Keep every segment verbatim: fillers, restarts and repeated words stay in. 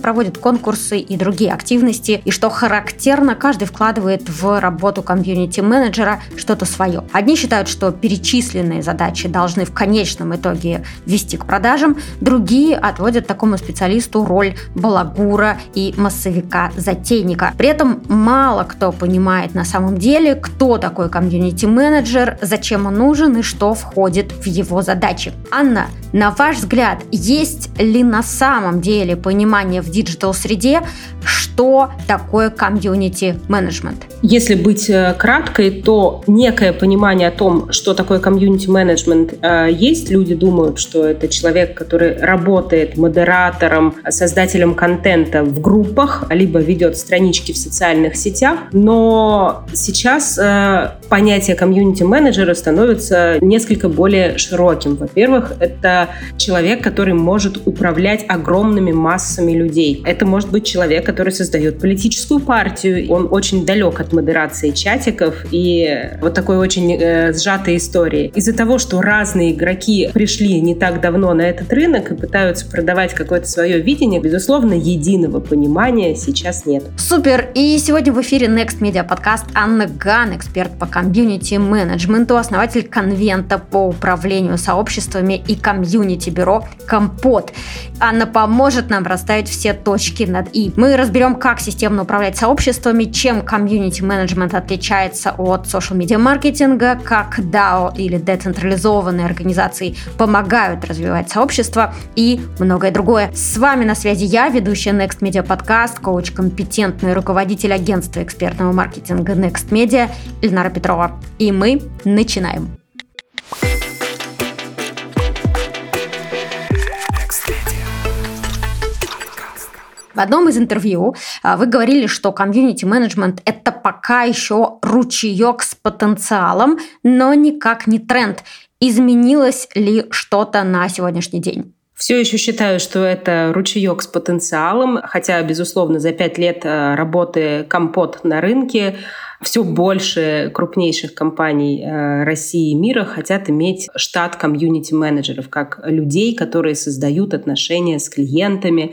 проводит конкурсы и другие активности. И что характерно, каждый вкладывает в работу комьюнити-менеджера что-то свое. Одни считают, что перечисленные задачи должны в конечном итоге вести к продажам, другие отводят такому специалисту роль балагура и массовика-затейника. При этом мало кто понимает на самом деле, кто такой комьюнити-менеджер, зачем он нужен и что входит в его задачи. Анна, на ваш взгляд, есть ли на самом деле понимание в диджитал-среде, что такое комьюнити-менеджмент? Если быть краткой, то некое понимание о том, что такое комьюнити-менеджмент, есть. Люди думают, что это человек, который работает модератором, создателем контента в группах, либо ведет странички в социальных сетях. Но сейчас понятие комьюнити-менеджера становится несколько более широким. Во-первых, это человек, который может управлять огромными массами людей. Это может быть человек, который создает политическую партию. Он очень далек от модерации чатиков и вот такой очень э, сжатой истории. Из-за того, что разные игроки пришли не так давно на этот рынок и пытаются продавать какое-то свое видение, безусловно, единого понимания сейчас нет. Супер! И сегодня в эфире Next Media подкаст Анна Ган, эксперт по комьюнити-менеджменту, основатель конвента по управлению сообществами и комьюнити-бюро «Компот». Анна поможет нам расставить все точки над «и». Мы разберем, как системно управлять сообществами, чем комьюнити-менеджмент отличается от social-медиа-маркетинга, как дао или децентрализованные организации помогают развивать сообщество и многое другое. С вами на связи я, ведущая Next Media подкаст, коуч, компетентный руководитель агентства экспертного маркетинга Next Media Ильнара Петрова. И мы начинаем. В одном из интервью вы говорили, что комьюнити-менеджмент – это пока еще ручеек с потенциалом, но никак не тренд. Изменилось ли что-то на сегодняшний день? Все еще считаю, что это ручеек с потенциалом, хотя, безусловно, за пять лет работы Компот на рынке все больше крупнейших компаний России и мира хотят иметь штат комьюнити-менеджеров, как людей, которые создают отношения с клиентами,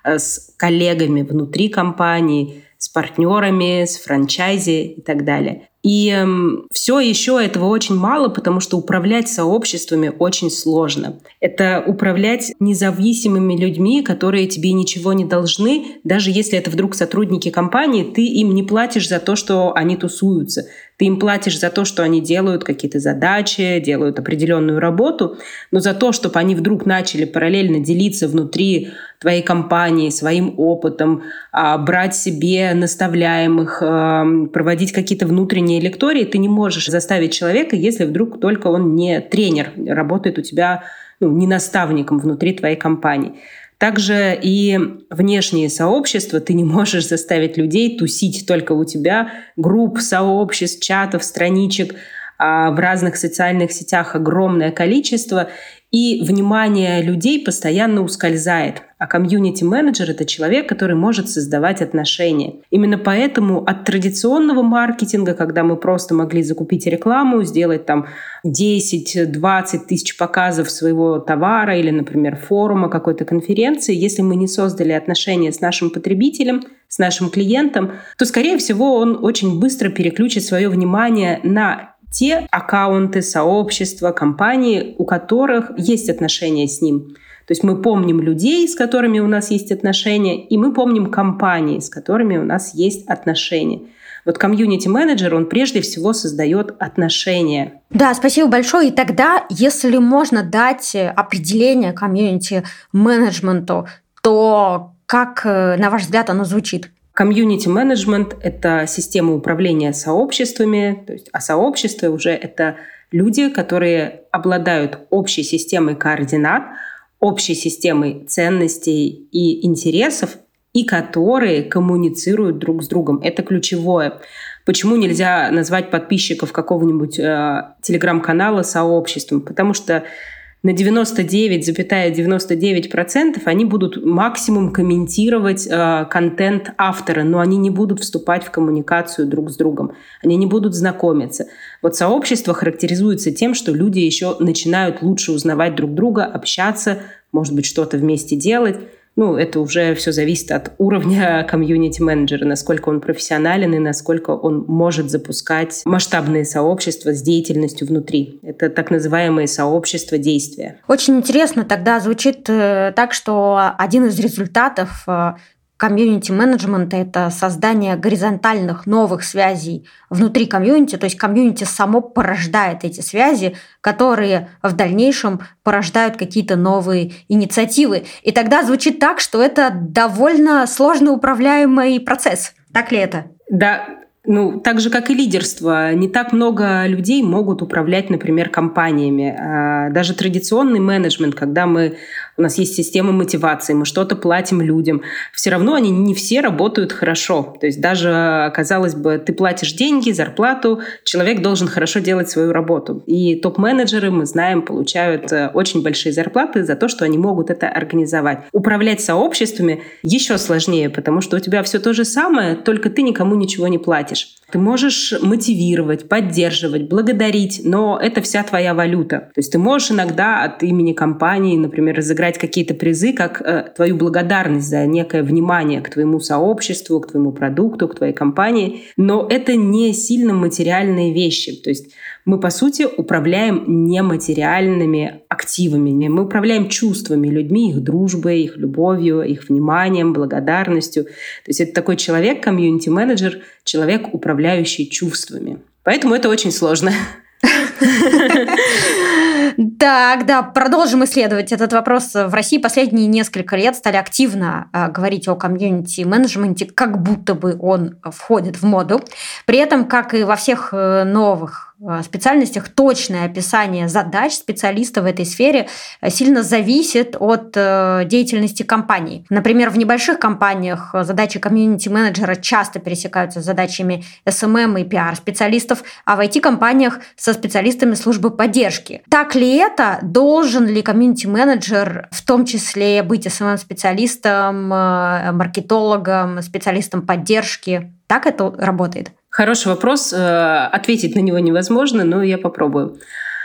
с коллегами внутри компании, с партнерами, с франчайзи и так далее. И э, все еще этого очень мало, потому что управлять сообществами очень сложно. Это управлять независимыми людьми, которые тебе ничего не должны, даже если это вдруг сотрудники компании, ты им не платишь за то, что они тусуются. Ты им платишь за то, что они делают какие-то задачи, делают определенную работу, но за то, чтобы они вдруг начали параллельно делиться внутри твоей компании своим опытом, брать себе наставляемых, проводить какие-то внутренние лектории, ты не можешь заставить человека, если вдруг только он не тренер, работает у тебя, ну, не наставником внутри твоей компании. Также и внешние сообщества ты не можешь заставить людей тусить только у тебя, групп, сообществ, чатов, страничек, в разных социальных сетях огромное количество, и внимание людей постоянно ускользает. А комьюнити-менеджер — это человек, который может создавать отношения. Именно поэтому от традиционного маркетинга, когда мы просто могли закупить рекламу, сделать там десять-двадцать тысяч показов своего товара или, например, форума, какой-то конференции, если мы не создали отношения с нашим потребителем, с нашим клиентом, то, скорее всего, он очень быстро переключит свое внимание на те аккаунты, сообщества, компании, у которых есть отношения с ним. То есть мы помним людей, с которыми у нас есть отношения, и мы помним компании, с которыми у нас есть отношения. Вот комьюнити-менеджер, он прежде всего создает отношения. Да, спасибо большое. И тогда, если можно дать определение комьюнити-менеджменту, то как, на ваш взгляд, оно звучит? Комьюнити-менеджмент — это система управления сообществами, то есть, а сообщества уже это люди, которые обладают общей системой координат, общей системой ценностей и интересов, и которые коммуницируют друг с другом. Это ключевое. Почему нельзя назвать подписчиков какого-нибудь э, телеграм-канала сообществом? Потому что на девяносто девять целых девяносто девять сотых процента они будут максимум комментировать э, контент автора, но они не будут вступать в коммуникацию друг с другом, они не будут знакомиться. Вот сообщество характеризуется тем, что люди еще начинают лучше узнавать друг друга, общаться, может быть, что-то вместе делать. Ну, это уже все зависит от уровня комьюнити-менеджера, насколько он профессионален и насколько он может запускать масштабные сообщества с деятельностью внутри. Это так называемые сообщества действия. Очень интересно тогда звучит так, что один из результатов комьюнити-менеджмента – это создание горизонтальных новых связей внутри комьюнити, то есть комьюнити само порождает эти связи, которые в дальнейшем порождают какие-то новые инициативы. И тогда звучит так, что это довольно сложно управляемый процесс. Так ли это? Да. Ну, так же, как и лидерство, не так много людей могут управлять, например, компаниями. Даже традиционный менеджмент, когда мы, у нас есть система мотивации, мы что-то платим людям, все равно они не все работают хорошо. То есть даже, казалось бы, ты платишь деньги, зарплату, человек должен хорошо делать свою работу. И топ-менеджеры, мы знаем, получают очень большие зарплаты за то, что они могут это организовать. Управлять сообществами еще сложнее, потому что у тебя все то же самое, только ты никому ничего не платишь. Ты можешь мотивировать, поддерживать, благодарить, но это вся твоя валюта. То есть ты можешь иногда от имени компании, например, разыграть какие-то призы, как э, твою благодарность за некое внимание к твоему сообществу, к твоему продукту, к твоей компании, но это не сильно материальные вещи. То есть мы, по сути, управляем нематериальными активами. Мы управляем чувствами, людьми, их дружбой, их любовью, их вниманием, благодарностью. То есть это такой человек, комьюнити-менеджер, человек, управляющий чувствами. Поэтому это очень сложно. Так, да, продолжим исследовать этот вопрос. В России последние несколько лет стали активно э, говорить о комьюнити-менеджменте, как будто бы он входит в моду. При этом, как и во всех э, новых э, специальностях, точное описание задач специалиста в этой сфере сильно зависит от э, деятельности компании. Например, в небольших компаниях задачи комьюнити-менеджера часто пересекаются с задачами эс эм эм и пи ар-специалистов, а в ай ти-компаниях со специалистами службы поддержки. Так ли это? Должен ли комьюнити-менеджер в том числе быть эс эм эм-специалистом, маркетологом, специалистом поддержки? Так это работает? Хороший вопрос. Ответить на него невозможно, но я попробую.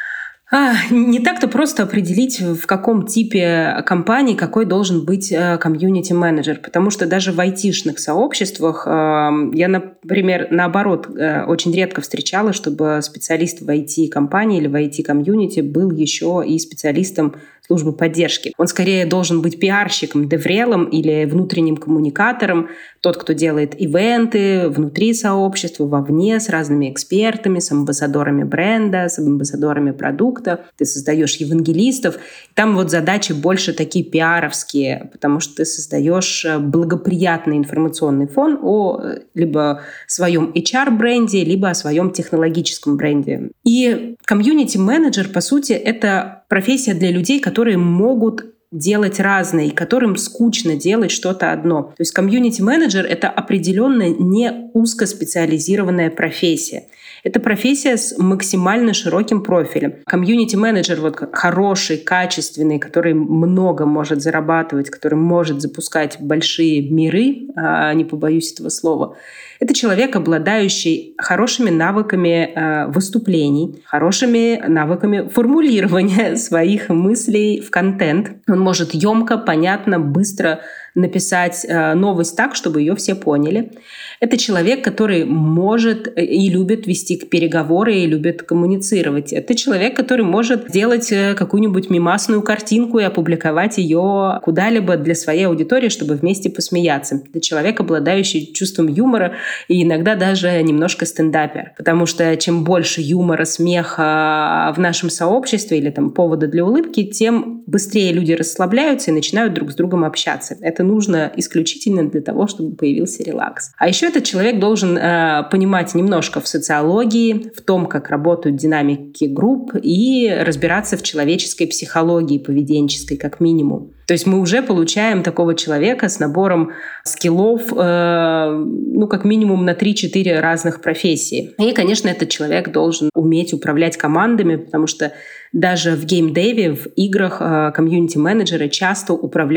А, не так-то просто определить, в каком типе компании какой должен быть комьюнити-менеджер, потому что даже в айтишных сообществах я, например, наоборот, очень редко встречала, чтобы специалист в ай ти-компании или в ай ти-комьюнити был еще и специалистом службы поддержки. Он скорее должен быть пиарщиком, деврелом или внутренним коммуникатором, тот, кто делает ивенты внутри сообщества, вовне, с разными экспертами, с амбассадорами бренда, с амбассадорами продукта. Ты создаешь евангелистов. Там вот задачи больше такие пиаровские, потому что ты создаешь благоприятный информационный фон о либо своем эйч ар-бренде, либо о своем технологическом бренде. И комьюнити-менеджер, по сути, это профессия для людей, которые могут делать разное, и которым скучно делать что-то одно. То есть комьюнити-менеджер — это определенно не узкоспециализированная профессия. Это профессия с максимально широким профилем. Комьюнити-менеджер вот хороший, качественный, который много может зарабатывать, который может запускать большие миры, а, не побоюсь этого слова, это человек, обладающий хорошими навыками э, выступлений, хорошими навыками формулирования своих мыслей в контент. Он может емко, понятно, быстро написать э, новость так, чтобы ее все поняли. Это человек, который может и любит вести переговоры, и любит коммуницировать. Это человек, который может делать какую-нибудь мемасную картинку и опубликовать ее куда-либо для своей аудитории, чтобы вместе посмеяться. Это человек, обладающий чувством юмора и иногда даже немножко стендапер. Потому что чем больше юмора, смеха в нашем сообществе или там повода для улыбки, тем быстрее люди расслабляются и начинают друг с другом общаться. Это нужно исключительно для того, чтобы появился релакс. А еще этот человек должен э, понимать немножко в социологии, в том, как работают динамики групп, и разбираться в человеческой психологии, поведенческой, как минимум. То есть мы уже получаем такого человека с набором скиллов, э, ну, как минимум на три-четыре разных профессии. И, конечно, этот человек должен уметь управлять командами, потому что даже в геймдеве, в играх э, комьюнити-менеджеры часто управляют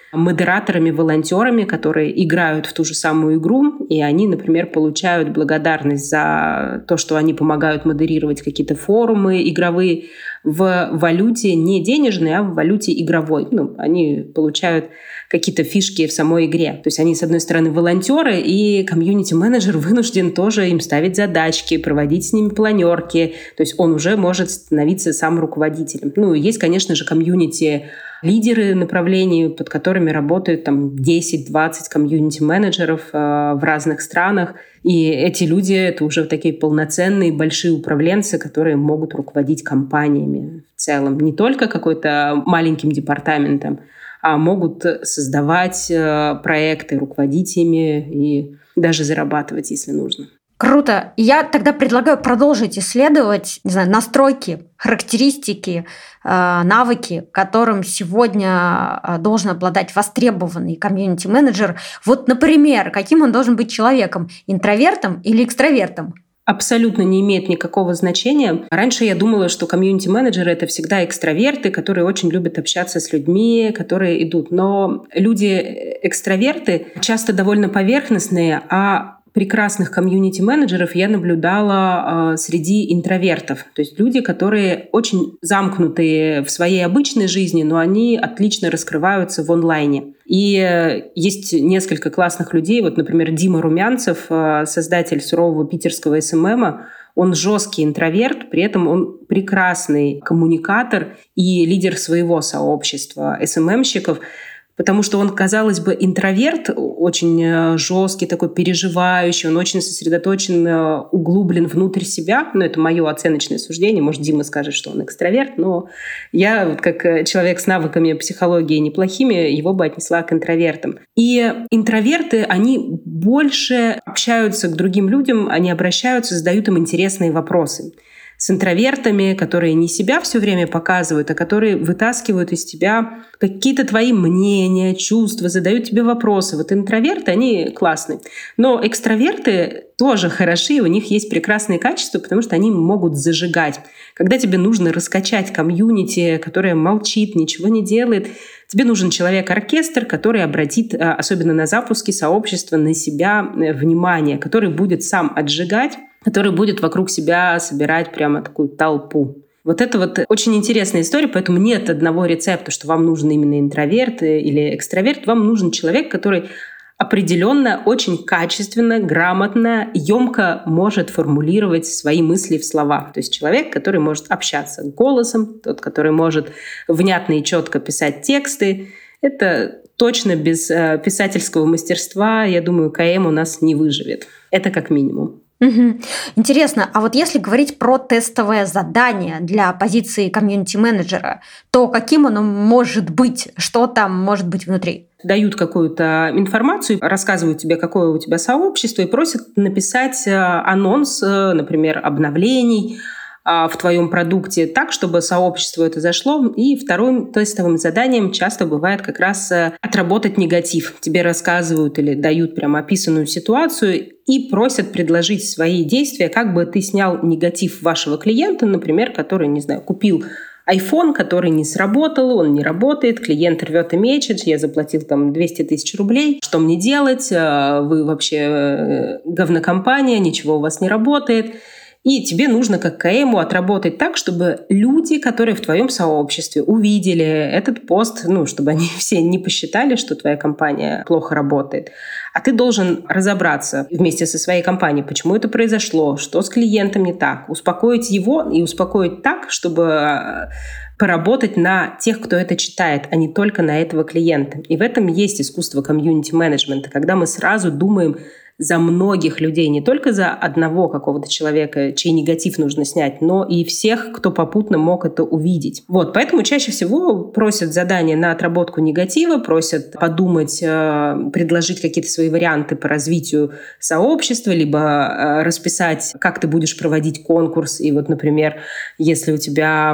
модераторами, волонтерами, которые играют в ту же самую игру, и они, например, получают благодарность за то, что они помогают модерировать какие-то форумы игровые в валюте не денежной, а в валюте игровой. Ну, они получают какие-то фишки в самой игре. То есть они, с одной стороны, волонтеры, и комьюнити-менеджер вынужден тоже им ставить задачки, проводить с ними планерки. То есть он уже может становиться сам руководителем. Ну, есть, конечно же, комьюнити лидеры направлений, под которыми работают там десять-двадцать комьюнити-менеджеров э, в разных странах. И эти люди — это уже такие полноценные большие управленцы, которые могут руководить компаниями в целом. Не только какой-то маленьким департаментом, а могут создавать э, проекты, руководить ими и даже зарабатывать, если нужно. Круто. Я тогда предлагаю продолжить исследовать, не знаю, настройки, характеристики, э, навыки, которым сегодня э, должен обладать востребованный комьюнити-менеджер. Вот, например, каким он должен быть человеком? Интровертом или экстравертом? Абсолютно не имеет никакого значения. Раньше я думала, что комьюнити-менеджеры — это всегда экстраверты, которые очень любят общаться с людьми, которые идут. Но люди-экстраверты часто довольно поверхностные, а прекрасных комьюнити-менеджеров я наблюдала э, среди интровертов. То есть люди, которые очень замкнутые в своей обычной жизни, но они отлично раскрываются в онлайне. И э, есть несколько классных людей. Вот, например, Дима Румянцев, э, создатель сурового питерского эс эм эм, он жесткий интроверт, при этом он прекрасный коммуникатор и лидер своего сообщества эс эм эм-щиков. Потому что он, казалось бы, интроверт, очень жесткий, такой переживающий, он очень сосредоточен, углублен внутрь себя. Ну, это мое оценочное суждение. Может, Дима скажет, что он экстраверт, но я, как человек с навыками психологии неплохими, его бы отнесла к интровертам. И интроверты, они больше общаются к другим людям, они обращаются, задают им интересные вопросы. С интровертами, которые не себя все время показывают, а которые вытаскивают из тебя какие-то твои мнения, чувства, задают тебе вопросы. Вот интроверты, они классные. Но экстраверты тоже хороши, у них есть прекрасные качества, потому что они могут зажигать. Когда тебе нужно раскачать комьюнити, которое молчит, ничего не делает, тебе нужен человек-оркестр, который обратит, особенно на запуске сообщества, на себя внимание, который будет сам отжигать, который будет вокруг себя собирать прямо такую толпу. Вот это вот очень интересная история, поэтому нет одного рецепта, что вам нужен именно интроверт или экстраверт. Вам нужен человек, который определенно, очень качественно, грамотно, емко может формулировать свои мысли в слова. То есть человек, который может общаться голосом, тот, который может внятно и четко писать тексты. Это точно без э, писательского мастерства, я думаю, КМ у нас не выживет. Это как минимум. Угу. Интересно, а вот если говорить про тестовое задание для позиции комьюнити-менеджера, то каким оно может быть? Что там может быть внутри? Дают какую-то информацию, рассказывают тебе, какое у тебя сообщество, и просят написать анонс, например, обновлений в твоем продукте так, чтобы сообществу это зашло. И вторым тестовым заданием часто бывает как раз отработать негатив. Тебе рассказывают или дают прямо описанную ситуацию и просят предложить свои действия, как бы ты снял негатив вашего клиента, например, который, не знаю, купил iPhone, который не сработал, он не работает, клиент рвет и мечет, я заплатил там двести тысяч рублей, что мне делать? Вы вообще говнокомпания, ничего у вас не работает. И тебе нужно как КМу отработать так, чтобы люди, которые в твоем сообществе увидели этот пост, ну, чтобы они все не посчитали, что твоя компания плохо работает. А ты должен разобраться вместе со своей компанией, почему это произошло, что с клиентом не так, успокоить его и успокоить так, чтобы поработать на тех, кто это читает, а не только на этого клиента. И в этом есть искусство комьюнити-менеджмента, когда мы сразу думаем за многих людей, не только за одного какого-то человека, чей негатив нужно снять, но и всех, кто попутно мог это увидеть. Вот, поэтому чаще всего просят задания на отработку негатива, просят подумать, предложить какие-то свои варианты по развитию сообщества, либо расписать, как ты будешь проводить конкурс. И вот, например, если у тебя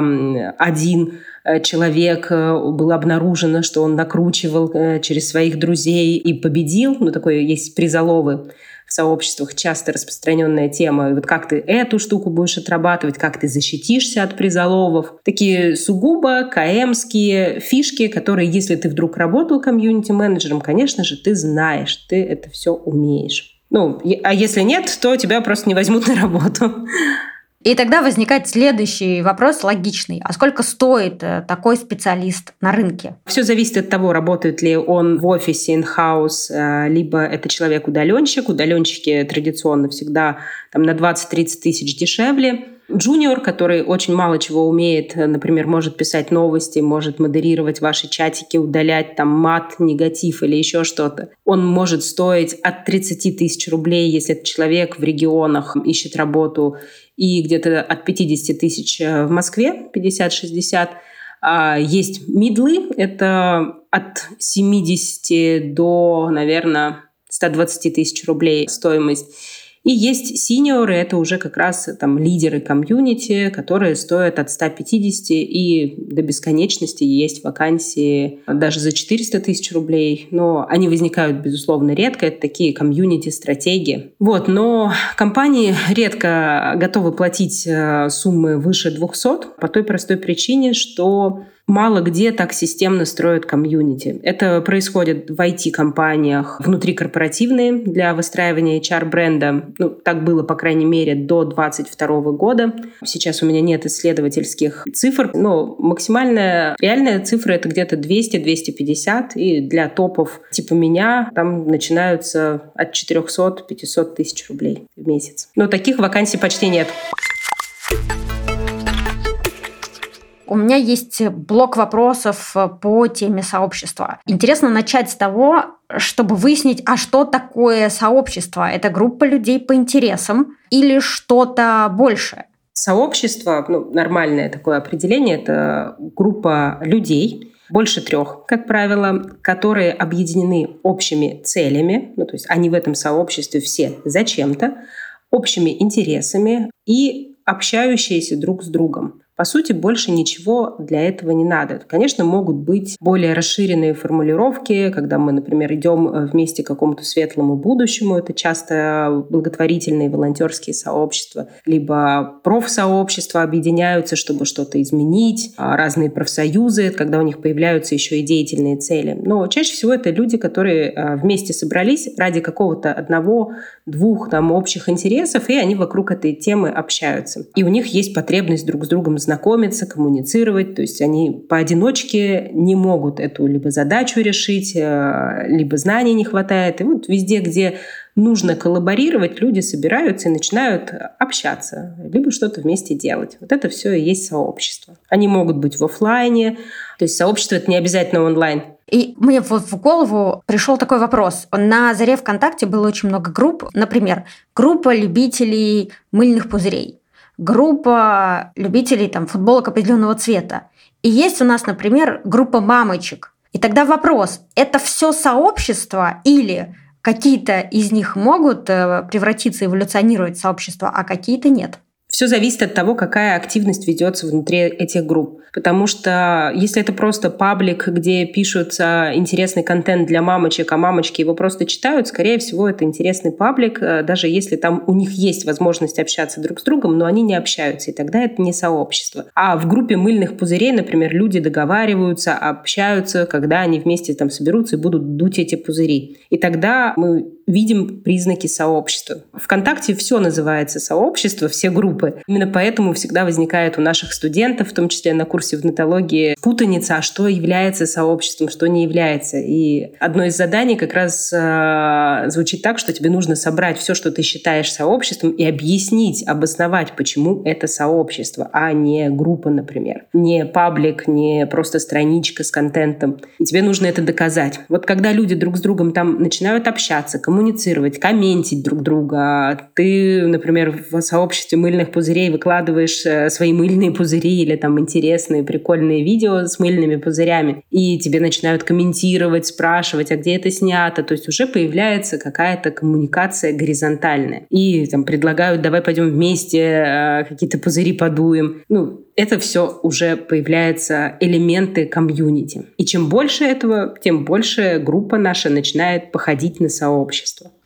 один человек, было обнаружено, что он накручивал через своих друзей и победил, ну, такое есть призоловы, в сообществах часто распространенная тема. И вот как ты эту штуку будешь отрабатывать, как ты защитишься от призоловов. Такие сугубо КМские фишки, которые, если ты вдруг работал комьюнити-менеджером, конечно же, ты знаешь, ты это все умеешь. Ну, а если нет, то тебя просто не возьмут на работу. И тогда возникает следующий вопрос логичный. А сколько стоит такой специалист на рынке? Все зависит от того, работает ли он в офисе, in-house, либо это человек-удаленщик. Удаленщики традиционно всегда там, на двадцать-тридцать тысяч дешевле. Джуниор, который очень мало чего умеет, например, может писать новости, может модерировать ваши чатики, удалять там мат, негатив или еще что-то. Он может стоить от тридцать тысяч рублей, если этот человек в регионах ищет работу, и где-то от пятьдесят тысяч в Москве, пятьдесят-шестьдесят. Есть мидлы, это от семидесяти до, наверное, ста двадцати тысяч рублей стоимость. И есть синьоры, это уже как раз там лидеры комьюнити, которые стоят от ста пятидесяти и до бесконечности. Есть вакансии даже за четыреста тысяч рублей, но они возникают, безусловно, редко. Это такие комьюнити-стратегии. Вот, но компании редко готовы платить суммы выше двухсот по той простой причине, что мало где так системно строят комьюнити. Это происходит в ай ти-компаниях внутрикорпоративные для выстраивания эйч ар-бренда. Ну, так было, по крайней мере, до двадцать второго года. Сейчас у меня нет исследовательских цифр, но максимальная реальная цифра — это где-то двести - двести пятьдесят. И для топов типа меня там начинаются от четырехсот - пятисот тысяч рублей в месяц. Но таких вакансий почти нет. У меня есть блок вопросов по теме сообщества. Интересно начать с того, чтобы выяснить, а что такое сообщество? Это группа людей по интересам или что-то большее? Сообщество, ну, нормальное такое определение, это группа людей, больше трех, как правило, которые объединены общими целями, ну, то есть они в этом сообществе все зачем-то, общими интересами и общающиеся друг с другом. По сути, больше ничего для этого не надо. Конечно, могут быть более расширенные формулировки, когда мы, например, идем вместе к какому-то светлому будущему. Это часто благотворительные волонтерские сообщества, либо профсообщества объединяются, чтобы что-то изменить. Разные профсоюзы, когда у них появляются еще и деятельные цели. Но чаще всего это люди, которые вместе собрались ради какого-то одного-двух там общих интересов, и они вокруг этой темы общаются. И у них есть потребность друг с другом знакомиться, коммуницировать. То есть они поодиночке не могут эту либо задачу решить, либо знаний не хватает. И вот везде, где нужно коллаборировать, люди собираются и начинают общаться, либо что-то вместе делать. Вот это все и есть сообщество. Они могут быть в офлайне. То есть сообщество — это не обязательно онлайн. И мне вот в голову пришел такой вопрос. На заре ВКонтакте было очень много групп. Например, группа любителей мыльных пузырей, группа любителей там, футболок определенного цвета. И есть у нас, например, группа мамочек. И тогда вопрос, это все сообщество или какие-то из них могут превратиться, эволюционировать в сообщество, а какие-то нет? Все зависит от того, какая активность ведется внутри этих групп. Потому что если это просто паблик, где пишутся интересный контент для мамочек, а мамочки его просто читают, скорее всего, это интересный паблик, даже если там у них есть возможность общаться друг с другом, но они не общаются, и тогда это не сообщество. А в группе мыльных пузырей, например, люди договариваются, общаются, когда они вместе там соберутся и будут дуть эти пузыри. И тогда мы видим признаки сообщества. ВКонтакте все называется сообщество, все группы. Именно поэтому всегда возникает у наших студентов, в том числе на курсе в нетологии, путаница, а что является сообществом, что не является. И одно из заданий как раз э, звучит так, что тебе нужно собрать все, что ты считаешь сообществом, и объяснить, обосновать, почему это сообщество, а не группа, например. Не паблик, не просто страничка с контентом. И тебе нужно это доказать. Вот когда люди друг с другом там начинают общаться, коммуницировать, комментить друг друга, ты, например, в сообществе мыльных пузырей выкладываешь свои мыльные пузыри или там интересные, прикольные видео с мыльными пузырями, и тебе начинают комментировать, спрашивать, а где это снято, то есть уже появляется какая-то коммуникация горизонтальная. И там предлагают, давай пойдем вместе какие-то пузыри подуем. Ну, это все уже появляются элементы комьюнити. И чем больше этого, тем больше группа наша начинает походить на сообщество.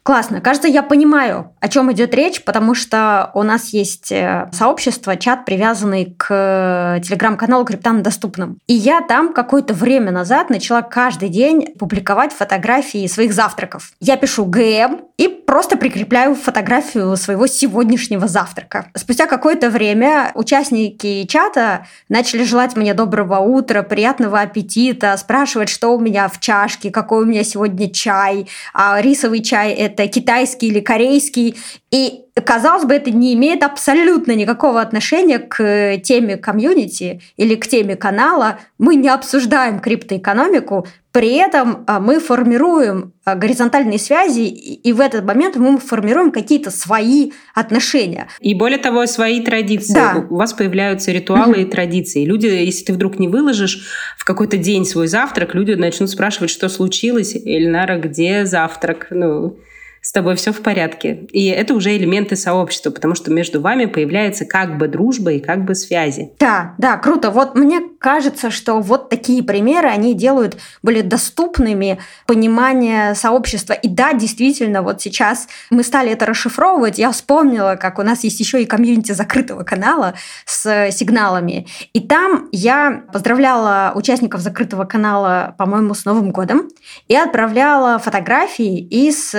Классно. Кажется, я понимаю, о чем идет речь, потому что у нас есть сообщество, чат, привязанный к телеграм-каналу «Криптам доступным». И я там какое-то время назад начала каждый день публиковать фотографии своих завтраков. Я пишу ГМ и просто прикрепляю фотографию своего сегодняшнего завтрака. Спустя какое-то время участники чата начали желать мне доброго утра, приятного аппетита, спрашивать, что у меня в чашке, какой у меня сегодня чай, а рисовый чай – это китайский или корейский. И, казалось бы, это не имеет абсолютно никакого отношения к теме комьюнити или к теме канала. Мы не обсуждаем криптоэкономику, при этом мы формируем горизонтальные связи, и в этот момент мы формируем какие-то свои отношения. И более того, свои традиции. Да. У вас появляются ритуалы Mm-hmm. и традиции. Люди, если ты вдруг не выложишь в какой-то день свой завтрак, люди начнут спрашивать, что случилось. Эльнара, где завтрак? Ну... с тобой все в порядке. И это уже элементы сообщества, потому что между вами появляется как бы дружба и как бы связи. Да, да, круто. Вот мне кажется, что вот такие примеры, они делают более доступными понимание сообщества. И да, действительно, вот сейчас мы стали это расшифровывать. Я вспомнила, как у нас есть еще и комьюнити закрытого канала с сигналами. И там я поздравляла участников закрытого канала, по-моему, с Новым годом и отправляла фотографии из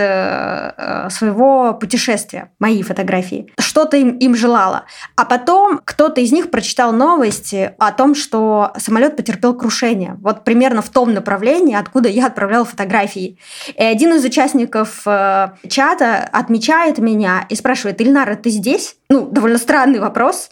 своего путешествия, мои фотографии. Что-то им, им желала. А потом кто-то из них прочитал новости о том, что самолет потерпел крушение. Вот примерно в том направлении, откуда я отправляла фотографии. И один из участников э, чата отмечает меня и спрашивает: Ильнара, ты здесь? Ну, довольно странный вопрос.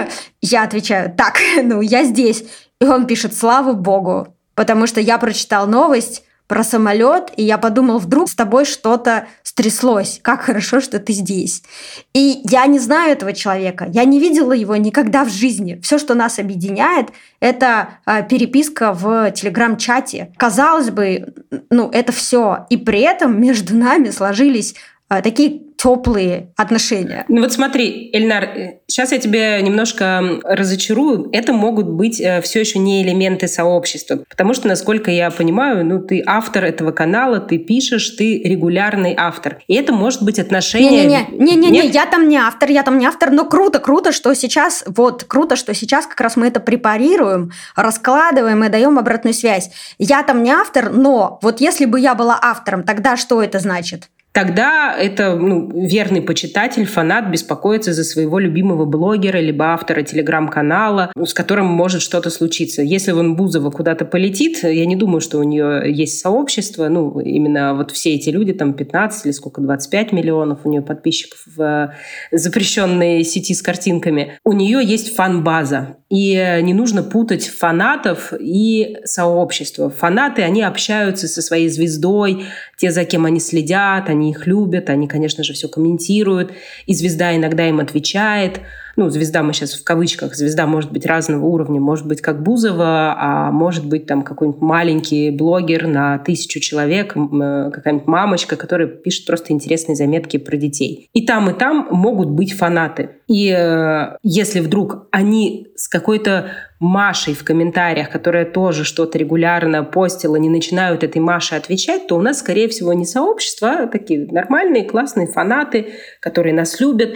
Я отвечаю: так, ну, я здесь. И он пишет: слава богу, потому что я прочитал новость про самолет, и я подумал, вдруг с тобой что-то стряслось. Как хорошо, что ты здесь. И я не знаю этого человека, я не видела его никогда в жизни. Все, что нас объединяет, это переписка в телеграм-чате. Казалось бы, ну, это все. И при этом между нами сложились такие теплые отношения. Ну вот смотри, Эльнар, сейчас я тебя немножко разочарую. Это могут быть все еще не элементы сообщества. Потому что, насколько я понимаю, ну ты автор этого канала, ты пишешь, ты регулярный автор. И это может быть отношение... Не-не-не, я там не автор, я там не автор, но круто, круто, что сейчас, вот, круто, что сейчас как раз мы это препарируем, раскладываем и даем обратную связь. Я там не автор, но вот если бы я была автором, тогда что это значит? Тогда это ну, верный почитатель, фанат беспокоится за своего любимого блогера либо автора телеграм-канала, с которым может что-то случиться. Если вон Бузова куда-то полетит, я не думаю, что у нее есть сообщество. Ну, именно вот все эти люди, там пятнадцать или сколько, двадцать пять миллионов у нее подписчиков в запрещенной сети с картинками. У нее есть фан-база. И не нужно путать фанатов и сообщество. Фанаты, они общаются со своей звездой, те, за кем они следят, они их любят, они, конечно же, все комментируют, и звезда иногда им отвечает. Ну, звезда, мы сейчас в кавычках, звезда может быть разного уровня, может быть как Бузова, а может быть там какой-нибудь маленький блогер на тысячу человек, какая-нибудь мамочка, которая пишет просто интересные заметки про детей. И там, и там могут быть фанаты. И э, если вдруг они с какой-то Машей в комментариях, которая тоже что-то регулярно постила, не начинают этой Маше отвечать, то у нас, скорее всего, не сообщество, а такие нормальные, классные фанаты, которые нас любят.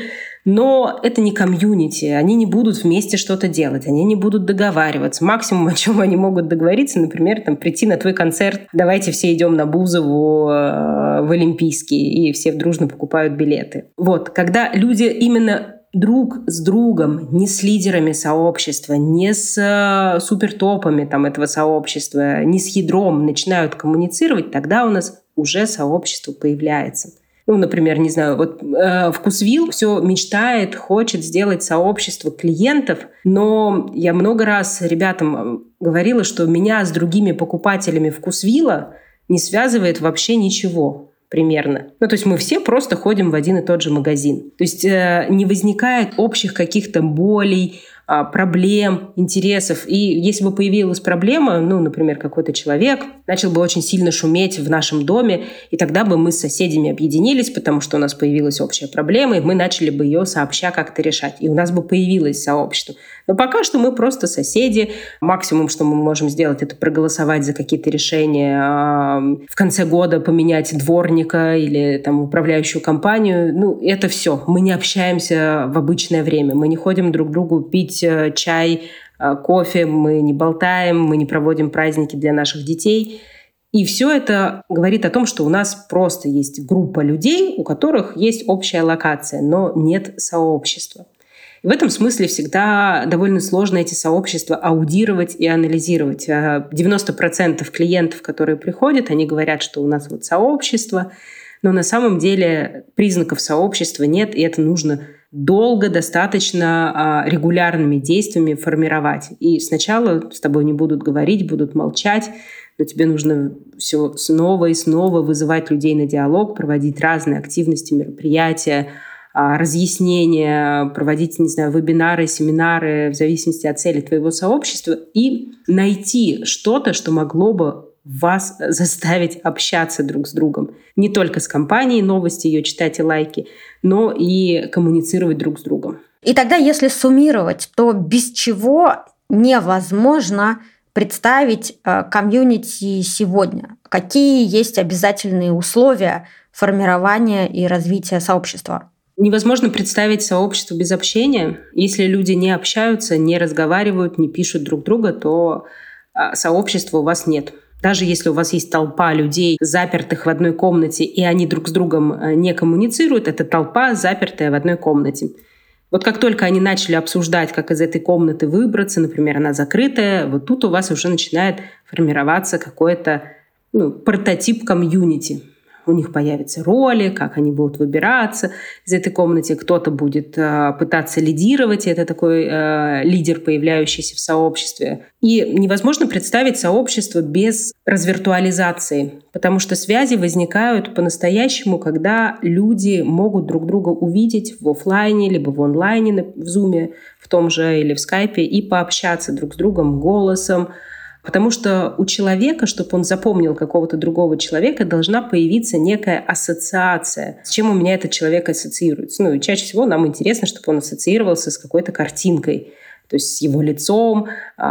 Но это не комьюнити, они не будут вместе что-то делать, они не будут договариваться. Максимум, о чем они могут договориться, например, там, прийти на твой концерт, давайте все идем на Бузову э, в Олимпийский, и все дружно покупают билеты. Вот, когда люди именно друг с другом, не с лидерами сообщества, не с э, супертопами там, этого сообщества, не с ядром начинают коммуницировать, тогда у нас уже сообщество появляется. Ну, например, не знаю, вот э, Вкусвилл все мечтает, хочет сделать сообщество клиентов, но я много раз ребятам говорила, что меня с другими покупателями Вкусвилла не связывает вообще ничего. Примерно. Ну, то есть мы все просто ходим в один и тот же магазин. То есть э, не возникает общих каких-то болей, проблем, интересов. И если бы появилась проблема, ну, например, какой-то человек начал бы очень сильно шуметь в нашем доме, и тогда бы мы с соседями объединились, потому что у нас появилась общая проблема, и мы начали бы ее сообща как-то решать. И у нас бы появилось сообщество. Но пока что мы просто соседи. Максимум, что мы можем сделать, это проголосовать за какие-то решения, в конце года поменять дворника или там, управляющую компанию. Ну, это все. Мы не общаемся в обычное время. Мы не ходим друг к другу пить чай, кофе, мы не болтаем, мы не проводим праздники для наших детей. И все это говорит о том, что у нас просто есть группа людей, у которых есть общая локация, но нет сообщества. И в этом смысле всегда довольно сложно эти сообщества аудировать и анализировать. девяносто процентов клиентов, которые приходят, они говорят, что у нас вот сообщество, но на самом деле признаков сообщества нет, и это нужно долго, достаточно регулярными действиями формировать. И сначала с тобой не будут говорить, будут молчать, но тебе нужно все снова и снова вызывать людей на диалог, проводить разные активности, мероприятия, разъяснения, проводить, не знаю, вебинары, семинары в зависимости от цели твоего сообщества и найти что-то, что могло бы вас заставить общаться друг с другом. Не только с компанией новости, ее читать и лайки, но и коммуницировать друг с другом. И тогда, если суммировать, то без чего невозможно представить комьюнити сегодня? Какие есть обязательные условия формирования и развития сообщества? Невозможно представить сообщество без общения. Если люди не общаются, не разговаривают, не пишут друг друга, то сообщества у вас нет. Даже если у вас есть толпа людей, запертых в одной комнате, и они друг с другом не коммуницируют, это толпа, запертая в одной комнате. Вот как только они начали обсуждать, как из этой комнаты выбраться, например, она закрытая, вот тут у вас уже начинает формироваться какой-то ну, прототип комьюнити. У них появятся роли, как они будут выбираться из этой комнаты. Кто-то будет э, пытаться лидировать. Это такой э, лидер, появляющийся в сообществе. И невозможно представить сообщество без развиртуализации, потому что связи возникают по-настоящему, когда люди могут друг друга увидеть в офлайне, либо в онлайне, в зуме, в том же или в скайпе, и пообщаться друг с другом голосом. Потому что у человека, чтобы он запомнил какого-то другого человека, должна появиться некая ассоциация, с чем у меня этот человек ассоциируется. Ну и чаще всего нам интересно, чтобы он ассоциировался с какой-то картинкой, то есть с его лицом,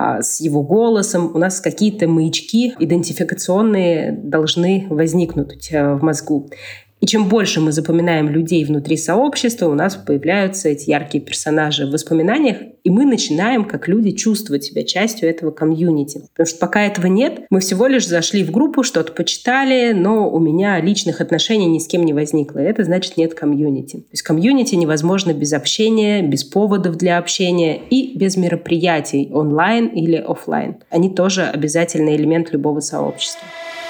с его голосом. У нас какие-то маячки идентификационные должны возникнуть в мозгу. И чем больше мы запоминаем людей внутри сообщества, у нас появляются эти яркие персонажи в воспоминаниях, и мы начинаем, как люди, чувствовать себя частью этого комьюнити. Потому что пока этого нет, мы всего лишь зашли в группу, что-то почитали, но у меня личных отношений ни с кем не возникло. Это значит, нет комьюнити. То есть комьюнити невозможно без общения, без поводов для общения и без мероприятий онлайн или офлайн. Они тоже обязательный элемент любого сообщества.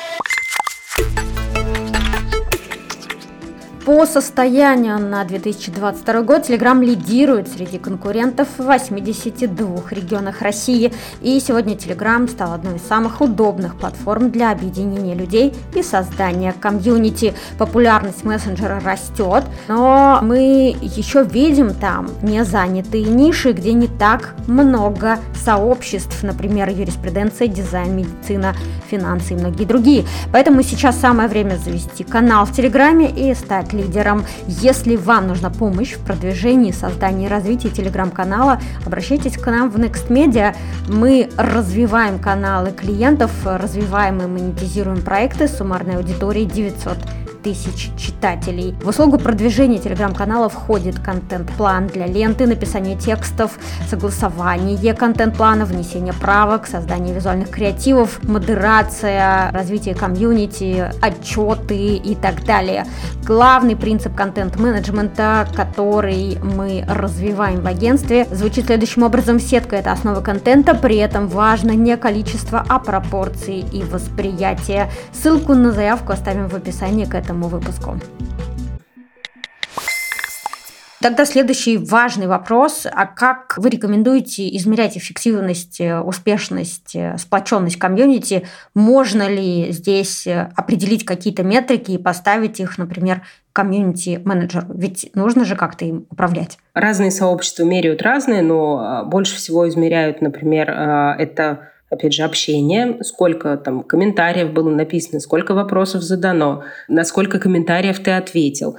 По состоянию на две тысячи двадцать второй год Telegram лидирует среди конкурентов в восьмидесяти двух регионах России. И сегодня Telegram стал одной из самых удобных платформ для объединения людей и создания комьюнити. Популярность мессенджера растет, но мы еще видим там незанятые ниши, где не так много сообществ, например, юриспруденция, дизайн, медицина, финансы и многие другие. Поэтому сейчас самое время завести канал в Телеграме и стать лидером. Если вам нужна помощь в продвижении, создании и развитии телеграм-канала, обращайтесь к нам в Next Media. Мы развиваем каналы клиентов, развиваем и монетизируем проекты с суммарной аудиторией девятьсот тысяч читателей. В услугу продвижения телеграм-канала входит контент-план для ленты, написание текстов, согласование контент-плана, внесение правок, создание визуальных креативов, модерация, развитие комьюнити, отчеты и так далее. Главный принцип контент-менеджмента, который мы развиваем в агентстве, звучит следующим образом: сетка – это основа контента, при этом важно не количество, а пропорции и восприятие. Ссылку на заявку оставим в описании к этому выпуску. Тогда следующий важный вопрос. А как вы рекомендуете измерять эффективность, успешность, сплоченность комьюнити? Можно ли здесь определить какие-то метрики и поставить их, например, комьюнити-менеджеру? Ведь нужно же как-то им управлять. Разные сообщества меряют разные, но больше всего измеряют, например, это, опять же, общение, сколько там комментариев было написано, сколько вопросов задано, на сколько комментариев ты ответил,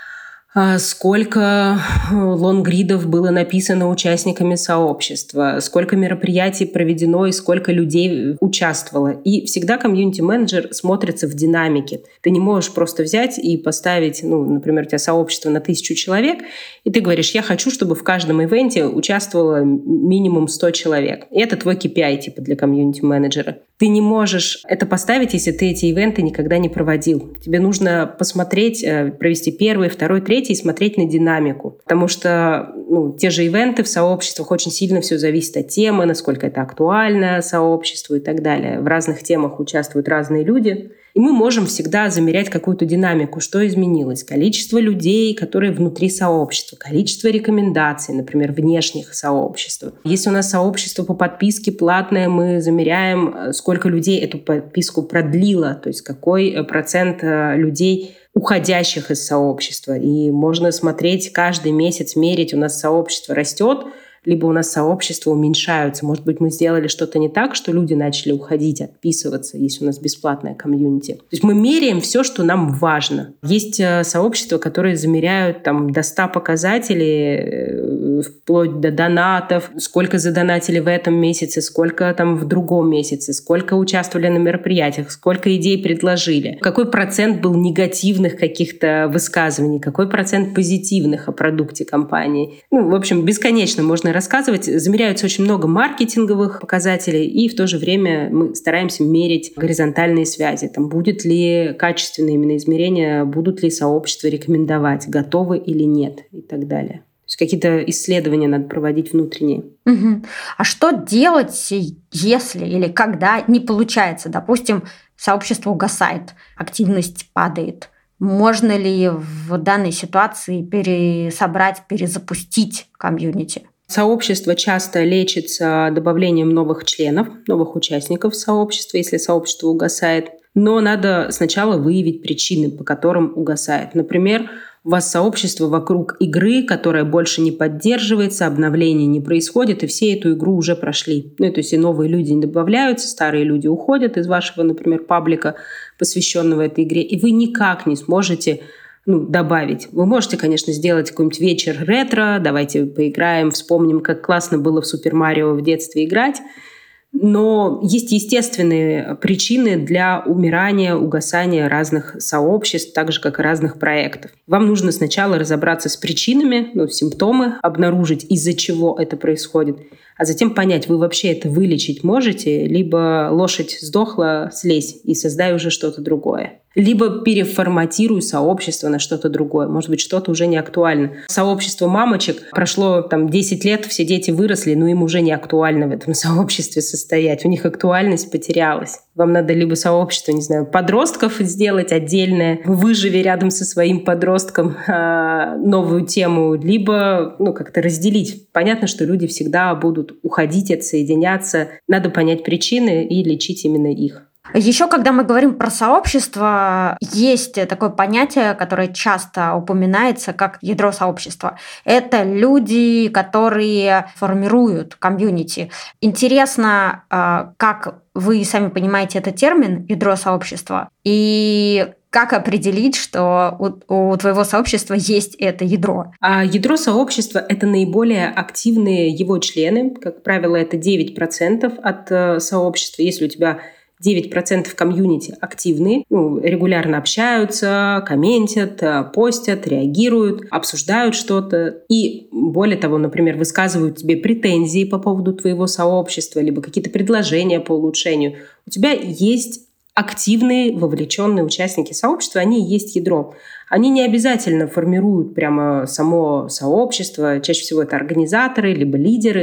сколько лонгридов было написано участниками сообщества, сколько мероприятий проведено и сколько людей участвовало. И всегда комьюнити-менеджер смотрится в динамике. Ты не можешь просто взять и поставить, ну, например, у тебя сообщество на тысячу человек, и ты говоришь, я хочу, чтобы в каждом ивенте участвовало минимум сто человек. И это твой кей пи ай типа для комьюнити-менеджера. Ты не можешь это поставить, если ты эти ивенты никогда не проводил. Тебе нужно посмотреть, провести первый, второй, третий и смотреть на динамику. Потому что ну, те же ивенты в сообществах очень сильно все зависит от темы, насколько это актуально сообществу и так далее. В разных темах участвуют разные люди. И мы можем всегда замерять какую-то динамику, что изменилось. Количество людей, которые внутри сообщества, количество рекомендаций, например, внешних сообществ. Если у нас сообщество по подписке платное, мы замеряем, сколько людей эту подписку продлило, то есть какой процент людей, уходящих из сообщества. И можно смотреть каждый месяц, мерить, у нас сообщество растет, либо у нас сообщества уменьшаются. Может быть, мы сделали что-то не так, что люди начали уходить, отписываться, если у нас бесплатная комьюнити. То есть мы меряем все, что нам важно. Есть сообщества, которые замеряют там, до ста показателей, вплоть до донатов, сколько задонатили в этом месяце, сколько там в другом месяце, сколько участвовали на мероприятиях, сколько идей предложили, какой процент был негативных каких-то высказываний, какой процент позитивных о продукте компании. Ну, в общем, бесконечно можно рассказывать. Замеряются очень много маркетинговых показателей, и в то же время мы стараемся мерить горизонтальные связи. Там будет ли качественное именно измерение, будут ли сообщества рекомендовать, готовы или нет и так далее. То есть какие-то исследования надо проводить внутренние. Угу. А что делать, если или когда не получается? Допустим, сообщество угасает, активность падает. Можно ли в данной ситуации пересобрать, перезапустить комьюнити? Сообщество часто лечится добавлением новых членов, новых участников сообщества, если сообщество угасает. Но надо сначала выявить причины, по которым угасает. Например, у вас сообщество вокруг игры, которая больше не поддерживается, обновлений не происходит, и все эту игру уже прошли. Ну, то есть и новые люди не добавляются, старые люди уходят из вашего, например, паблика, посвященного этой игре, и вы никак не сможете ну, добавить. Вы можете, конечно, сделать какой-нибудь вечер ретро, давайте поиграем, вспомним, как классно было в Супер Марио в детстве играть. Но есть естественные причины для умирания, угасания разных сообществ, так же, как и разных проектов. Вам нужно сначала разобраться с причинами, ну, симптомы, обнаружить, из-за чего это происходит, а затем понять, вы вообще это вылечить можете, либо лошадь сдохла, слезь и создай уже что-то другое. Либо переформатируй сообщество на что-то другое. Может быть, что-то уже не актуально. Сообщество мамочек прошло там десять лет, все дети выросли, но им уже не актуально в этом сообществе состоять. У них актуальность потерялась. Вам надо либо сообщество, не знаю, подростков сделать отдельное, выживи рядом со своим подростком э, новую тему, либо ну, как-то разделить. Понятно, что люди всегда будут уходить, отсоединяться. Надо понять причины и лечить именно их. Еще, когда мы говорим про сообщество, есть такое понятие, которое часто упоминается как ядро сообщества. Это люди, которые формируют комьюнити. Интересно, как вы сами понимаете этот термин «ядро сообщества» и как определить, что у, у твоего сообщества есть это ядро? А ядро сообщества — это наиболее активные его члены. Как правило, это девять процентов от э, сообщества. Если у тебя девять процентов комьюнити активные, ну, регулярно общаются, комментят, постят, реагируют, обсуждают что-то. И более того, например, высказывают тебе претензии по поводу твоего сообщества, либо какие-то предложения по улучшению. У тебя есть активные, вовлеченные участники сообщества, они и есть ядро. Они не обязательно формируют прямо само сообщество, чаще всего это организаторы, либо лидеры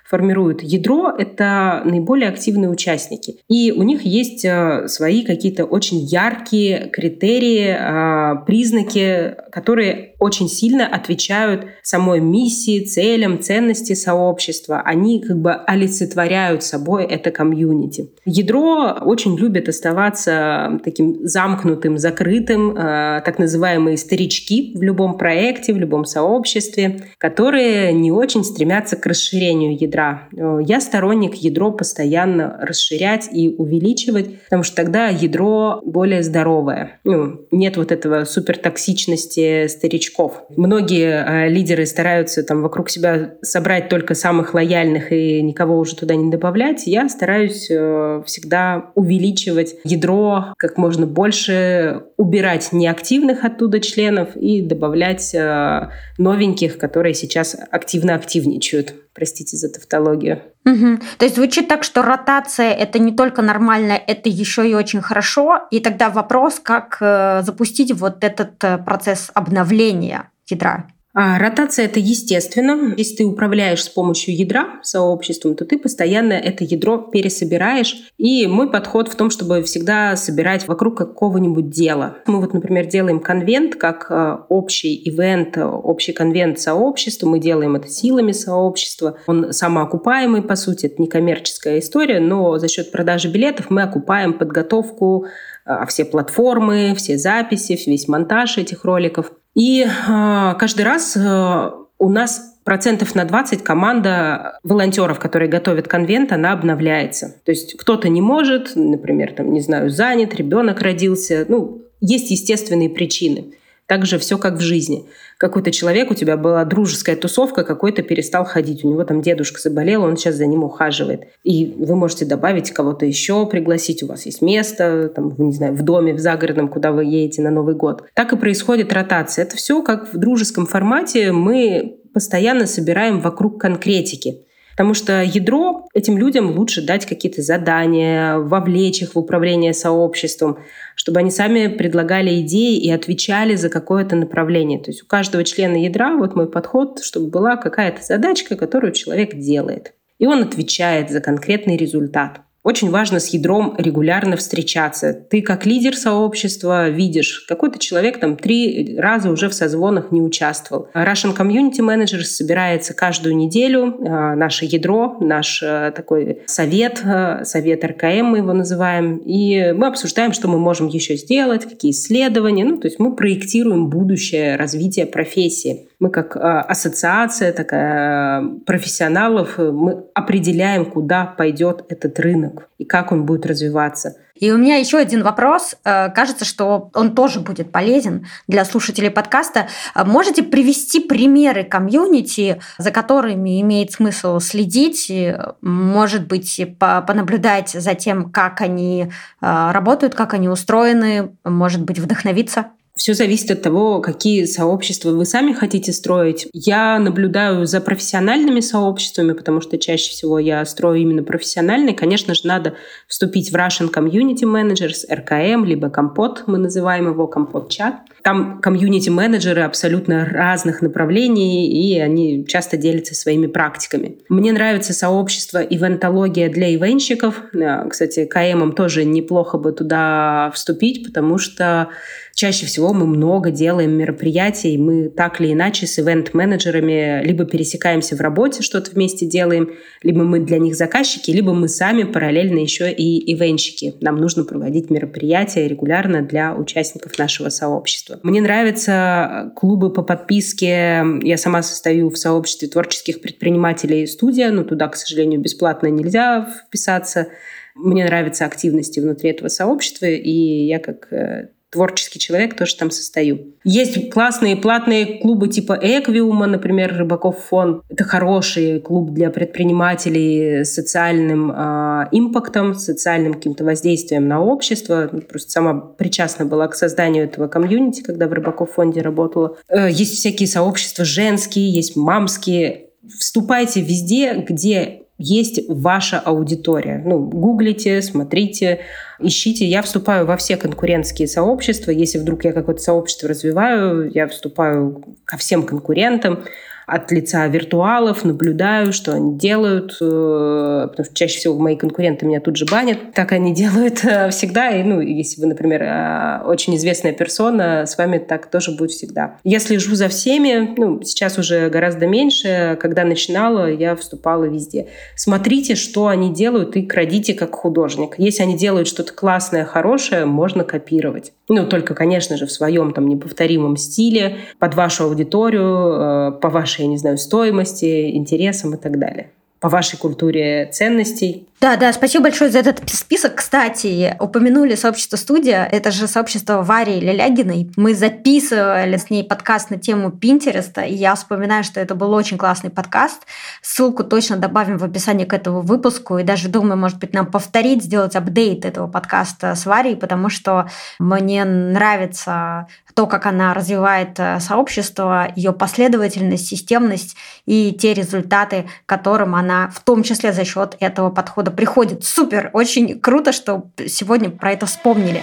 формируют ядро, это наиболее активные участники. И у них есть свои какие-то очень яркие критерии, признаки, которые очень сильно отвечают самой миссии, целям, ценности сообщества. Они как бы олицетворяют собой это комьюнити. Ядро очень любит оставаться таким замкнутым, закрытым, так называемые старички в любом проекте, в любом сообществе, которые не очень стремятся к расширению ядра. Я сторонник ядро постоянно расширять и увеличивать, потому что тогда ядро более здоровое. Ну, нет вот этого супертоксичности старичков. Многие э, лидеры стараются там вокруг себя собрать только самых лояльных и никого уже туда не добавлять. Я стараюсь э, всегда увеличивать ядро как можно больше, убирать неактивных оттуда членов и добавлять э, новеньких, которые сейчас активно активничают. Простите за тавтологию. Угу. То есть звучит так, что ротация – это не только нормально, это еще и очень хорошо. И тогда вопрос, как э, запустить вот этот э, процесс обновления ядра. А ротация – это естественно. Если ты управляешь с помощью ядра сообществом, то ты постоянно это ядро пересобираешь. И мой подход в том, чтобы всегда собирать вокруг какого-нибудь дела. Мы вот, например, делаем конвент как общий ивент, общий конвент сообщества. Мы делаем это силами сообщества. Он самоокупаемый, по сути, это не коммерческая история, но за счет продажи билетов мы окупаем подготовку, все платформы, все записи, весь монтаж этих роликов. И э, каждый раз э, у нас процентов на двадцать команда волонтеров, которые готовят конвент, она обновляется. То есть кто-то не может, например, там, не знаю, занят, ребенок родился. Ну, есть естественные причины. Также все как в жизни. Какой-то человек, у тебя была дружеская тусовка, какой-то перестал ходить. У него там дедушка заболел, он сейчас за ним ухаживает. И вы можете добавить кого-то еще, пригласить. У вас есть место, там, не знаю, в доме, в загородном, куда вы едете на Новый год. Так и происходит ротация. Это все как в дружеском формате. Мы постоянно собираем вокруг конкретики. Потому что ядро этим людям лучше дать какие-то задания, вовлечь их в управление сообществом, чтобы они сами предлагали идеи и отвечали за какое-то направление. То есть у каждого члена ядра, вот мой подход, чтобы была какая-то задачка, которую человек делает. И он отвечает за конкретный результат. Очень важно с ядром регулярно встречаться. Ты как лидер сообщества видишь, какой-то человек там три раза уже в созвонах не участвовал. Russian Community Manager собирается каждую неделю. Наше ядро, наш такой совет, совет эр ка эм мы его называем. И мы обсуждаем, что мы можем еще сделать, какие исследования. Ну, то есть мы проектируем будущее развитие профессии. Мы как ассоциация такая профессионалов, мы определяем, куда пойдет этот рынок и как он будет развиваться. И у меня еще один вопрос. Кажется, что он тоже будет полезен для слушателей подкаста. Можете привести примеры комьюнити, за которыми имеет смысл следить, может быть, понаблюдать за тем, как они работают, как они устроены, может быть, вдохновиться? Все зависит от того, какие сообщества вы сами хотите строить. Я наблюдаю за профессиональными сообществами, потому что чаще всего я строю именно профессиональные. Конечно же, надо вступить в Russian Community Managers, эр ка эм, либо Компот, мы называем его, Компот-чат. Там комьюнити-менеджеры абсолютно разных направлений, и они часто делятся своими практиками. Мне нравится сообщество «Ивентология» для ивенщиков. Кстати, ка эм тоже неплохо бы туда вступить, потому что чаще всего мы много делаем мероприятий, мы так или иначе с ивент-менеджерами либо пересекаемся в работе, что-то вместе делаем, либо мы для них заказчики, либо мы сами параллельно еще и ивентщики. Нам нужно проводить мероприятия регулярно для участников нашего сообщества. Мне нравятся клубы по подписке. Я сама состою в сообществе творческих предпринимателей «Студия», но туда, к сожалению, бесплатно нельзя вписаться. Мне нравятся активности внутри этого сообщества, и я как творческий человек тоже там состою. Есть классные платные клубы типа Эквиума, например, Рыбаков фонд. Это хороший клуб для предпринимателей с социальным э, импактом, с социальным каким-то воздействием на общество. Просто сама причастна была к созданию этого комьюнити, когда в Рыбаков фонде работала. Э, есть всякие сообщества женские, есть мамские. Вступайте везде, где есть ваша аудитория. Ну, гуглите, смотрите, ищите. Я вступаю во все конкурентские сообщества. Если вдруг я какое-то сообщество развиваю, я вступаю ко всем конкурентам. от лица виртуалов, наблюдаю, что они делают, потому что чаще всего мои конкуренты меня тут же банят. Так они делают всегда. И, ну, если вы, например, очень известная персона, с вами так тоже будет всегда. Я слежу за всеми, ну, сейчас уже гораздо меньше. Когда начинала, я вступала везде. Смотрите, что они делают, и крадите как художник. Если они делают что-то классное, хорошее, можно копировать. Ну, только, конечно же, в своем там неповторимом стиле, под вашу аудиторию, по вашей, я не знаю, стоимости, интересам и так далее. По вашей культуре ценностей. Да, да, спасибо большое за этот список. Кстати, упомянули сообщество «Студия». Это же сообщество Вари Лялягиной. Мы записывали с ней подкаст на тему Пинтереста, и я вспоминаю, что это был очень классный подкаст. Ссылку точно добавим в описании к этому выпуску, и даже думаю, может быть, нам повторить, сделать апдейт этого подкаста с Варей, потому что мне нравится то, как она развивает сообщество, ее последовательность, системность и те результаты, к которым она, в том числе за счет этого подхода, приходит. Супер! Очень круто, что сегодня про это вспомнили.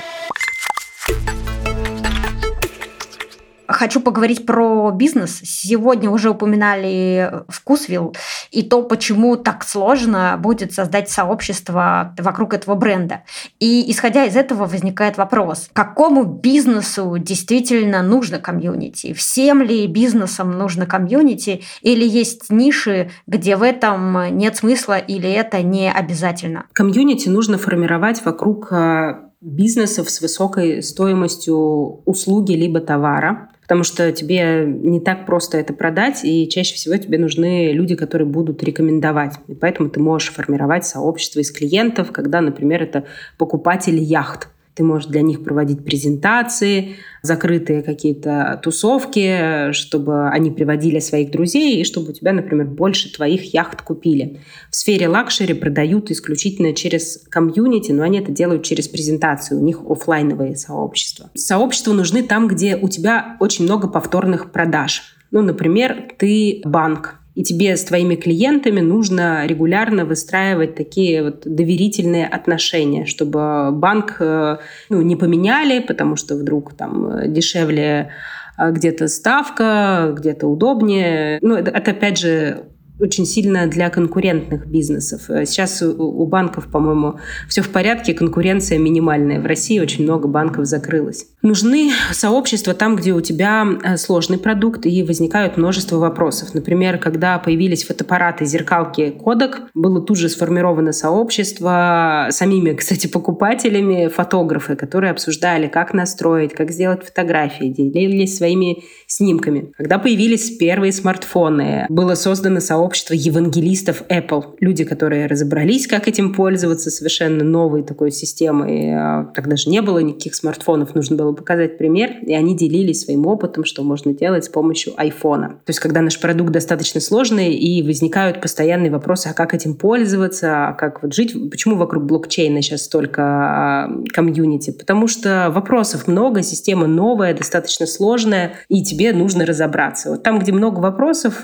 Хочу поговорить про бизнес. Сегодня уже упоминали Вкусвилл и то, почему так сложно будет создать сообщество вокруг этого бренда. И исходя из этого возникает вопрос, какому бизнесу действительно нужно комьюнити? Всем ли бизнесам нужно комьюнити? Или есть ниши, где в этом нет смысла или это не обязательно? Комьюнити нужно формировать вокруг бизнесов с высокой стоимостью услуги либо товара, потому что тебе не так просто это продать, и чаще всего тебе нужны люди, которые будут рекомендовать. И поэтому ты можешь формировать сообщество из клиентов, когда, например, это покупатели яхт. Ты можешь для них проводить презентации, закрытые какие-то тусовки, чтобы они приводили своих друзей, и чтобы у тебя, например, больше твоих яхт купили. В сфере лакшери продают исключительно через комьюнити, но они это делают через презентацию, у них офлайновые сообщества. Сообщества нужны там, где у тебя очень много повторных продаж. Ну, например, ты банк, и тебе с твоими клиентами нужно регулярно выстраивать такие вот доверительные отношения, чтобы банк ну, не поменяли, потому что вдруг там дешевле где-то ставка, где-то удобнее. Ну, это, это опять же очень сильно для конкурентных бизнесов. Сейчас у, у банков, по-моему, все в порядке, конкуренция минимальная. В России очень много банков закрылось. Нужны сообщества там, где у тебя сложный продукт и возникают множество вопросов. Например, когда появились фотоаппараты, зеркалки Kodak, было тут же сформировано сообщество самими, кстати, покупателями, фотографы, которые обсуждали, как настроить, как сделать фотографии, делились своими снимками. Когда появились первые смартфоны, было создано сообщество общество евангелистов Apple. Люди, которые разобрались, как этим пользоваться, совершенно новой такой системой. Тогда же не было никаких смартфонов, нужно было показать пример, и они делились своим опытом, что можно делать с помощью айфона. То есть, когда наш продукт достаточно сложный, и возникают постоянные вопросы, а как этим пользоваться, а как вот жить, почему вокруг блокчейна сейчас столько комьюнити? Потому что вопросов много, система новая, достаточно сложная, и тебе нужно разобраться. Вот там, где много вопросов,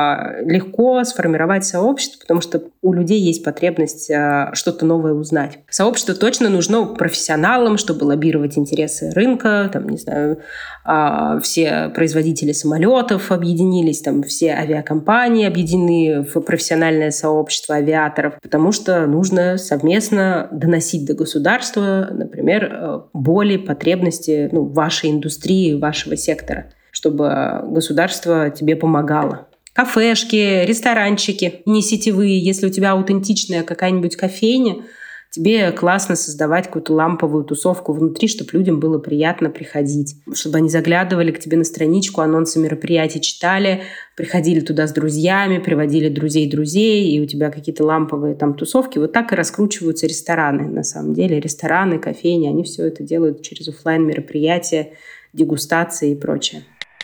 легко сформировать сообщество, потому что у людей есть потребность а, что-то новое узнать. Сообщество точно нужно профессионалам, чтобы лоббировать интересы рынка, там, не знаю, а, все производители самолетов объединились, там, все авиакомпании объединены в профессиональное сообщество авиаторов, потому что нужно совместно доносить до государства, например, боли, потребности ну, вашей индустрии, вашего сектора, чтобы государство тебе помогало. Кафешки, ресторанчики, не сетевые. Если у тебя аутентичная какая-нибудь кофейня, тебе классно создавать какую-то ламповую тусовку внутри, чтобы людям было приятно приходить. Чтобы они заглядывали к тебе на страничку, анонсы мероприятий читали, приходили туда с друзьями, приводили друзей-друзей, и у тебя какие-то ламповые там тусовки. Вот так и раскручиваются рестораны. На самом деле рестораны, кофейни, они все это делают через офлайн мероприятия, дегустации и прочее.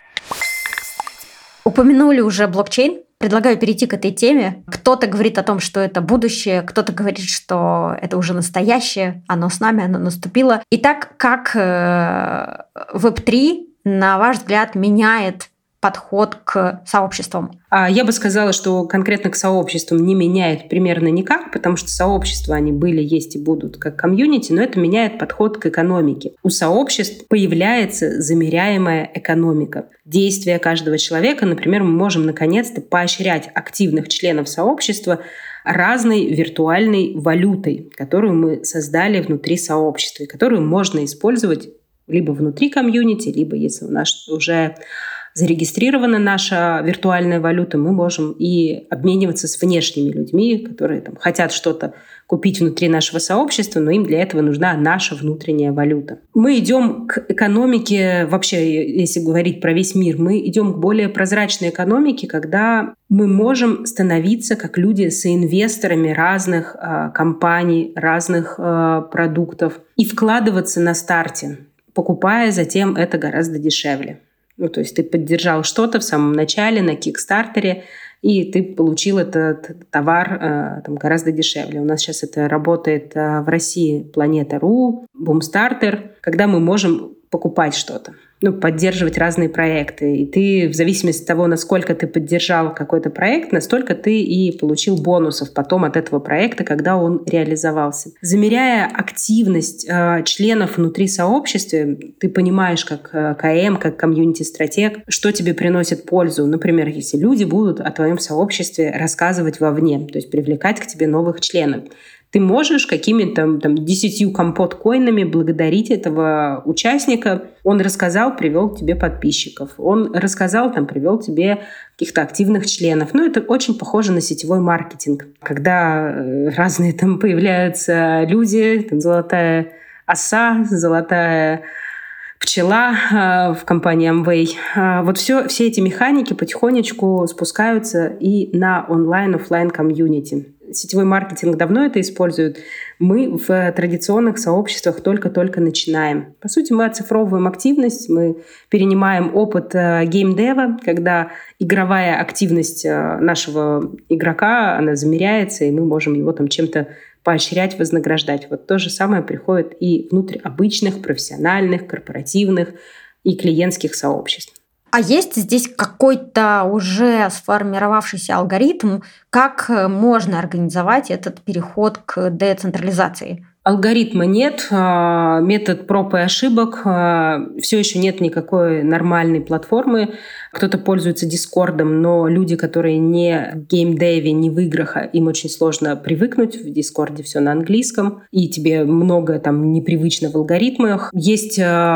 Упомянули уже блокчейн. Предлагаю перейти к этой теме. Кто-то говорит о том, что это будущее, кто-то говорит, что это уже настоящее, оно с нами, оно наступило. Итак, как веб три, на ваш взгляд, меняет подход к сообществам? Я бы сказала, что конкретно к сообществам не меняет примерно никак, потому что сообщества, они были, есть и будут как комьюнити, но это меняет подход к экономике. У сообществ появляется замеряемая экономика. Действия каждого человека, например, мы можем наконец-то поощрять активных членов сообщества разной виртуальной валютой, которую мы создали внутри сообщества, и которую можно использовать либо внутри комьюнити, либо, если у нас уже зарегистрирована наша виртуальная валюта, мы можем и обмениваться с внешними людьми, которые там, хотят что-то купить внутри нашего сообщества, но им для этого нужна наша внутренняя валюта. Мы идем к экономике, вообще, если говорить про весь мир, мы идем к более прозрачной экономике, когда мы можем становиться как люди соинвесторами разных э, компаний, разных э, продуктов и вкладываться на старте, покупая затем это гораздо дешевле. Ну, то есть ты поддержал что-то в самом начале на Кикстартере, и ты получил этот товар э, там, гораздо дешевле. У нас сейчас это работает э, в России Планета точка ру, Бумстартер, когда мы можем покупать что-то, ну, поддерживать разные проекты. И ты, в зависимости от того, насколько ты поддержал какой-то проект, настолько ты и получил бонусов потом от этого проекта, когда он реализовался. Замеряя активность э, членов внутри сообщества, ты понимаешь, как э, КМ, как комьюнити-стратег, что тебе приносит пользу. Например, если люди будут о твоем сообществе рассказывать вовне, то есть привлекать к тебе новых членов. Ты можешь какими-то там десятью компот-коинами благодарить этого участника. Он рассказал, привел тебе подписчиков. Он рассказал, там, привел тебе каких-то активных членов. Ну, это очень похоже на сетевой маркетинг, когда разные там появляются люди, там, золотая оса, золотая пчела в компании Amway. Вот все, все эти механики потихонечку спускаются и на онлайн-офлайн комьюнити. Сетевой маркетинг давно это использует. Мы в традиционных сообществах только-только начинаем. По сути, мы оцифровываем активность, мы перенимаем опыт геймдева, когда игровая активность нашего игрока, она замеряется, и мы можем его там чем-то поощрять, вознаграждать. Вот то же самое приходит и внутрь обычных, профессиональных, корпоративных и клиентских сообществ. А есть здесь какой-то уже сформировавшийся алгоритм, как можно организовать этот переход к децентрализации? Алгоритма нет, метод проб и ошибок, все еще нет никакой нормальной платформы. Кто-то пользуется Дискордом, но люди, которые не в геймдеве, не в играх, им очень сложно привыкнуть. В Дискорде все на английском, и тебе много там непривычно в алгоритмах. Есть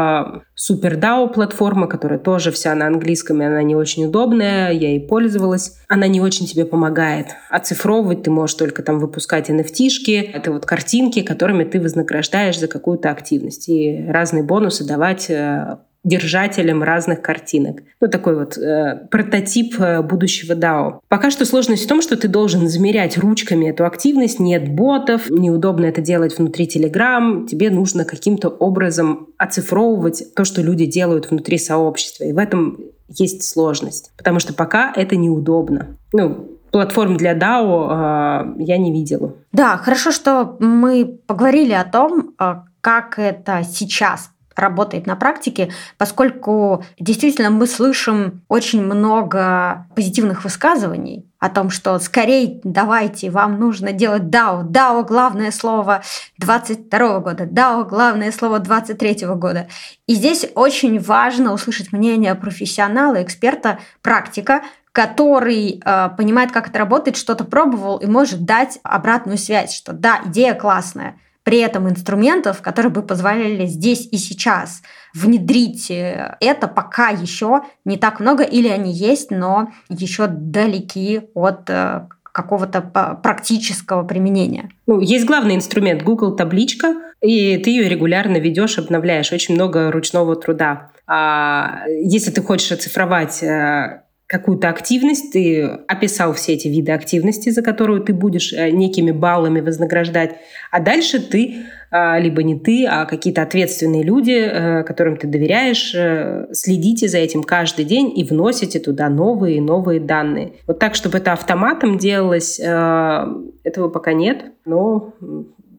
SuperDAO платформа, которая тоже вся на английском, и она не очень удобная, я ей пользовалась. Она не очень тебе помогает. Оцифровывать ты можешь только там выпускать эн эф ти-шки, это вот картинки, которыми ты вознаграждаешь за какую-то активность, и разные бонусы давать держателям разных картинок. Ну, такой вот э, прототип э, будущего дао. Пока что сложность в том, что ты должен замерять ручками эту активность, нет ботов, неудобно это делать внутри Telegram, тебе нужно каким-то образом оцифровывать то, что люди делают внутри сообщества, и в этом есть сложность, потому что пока это неудобно. Ну, платформ для дао э, я не видела. Да, хорошо, что мы поговорили о том, как это сейчас работает на практике, поскольку действительно мы слышим очень много позитивных высказываний о том, что скорее давайте, вам нужно делать дао. дао – главное слово двадцать второго года, дао – главное слово двадцать третьего года. И здесь очень важно услышать мнение профессионала, эксперта, практика, который э, понимает, как это работает, что-то пробовал и может дать обратную связь, что да, идея классная, при этом инструментов, которые бы позволяли здесь и сейчас внедрить это, пока еще не так много, или они есть, но еще далеки от э, какого-то практического применения. Ну, есть главный инструмент Google табличка, и ты ее регулярно ведешь, обновляешь. Очень много ручного труда. А если ты хочешь оцифровать э, какую-то активность, ты описал все эти виды активности, за которую ты будешь некими баллами вознаграждать, а дальше ты, либо не ты, а какие-то ответственные люди, которым ты доверяешь, следите за этим каждый день и вносите туда новые и новые данные. Вот так, чтобы это автоматом делалось, этого пока нет, но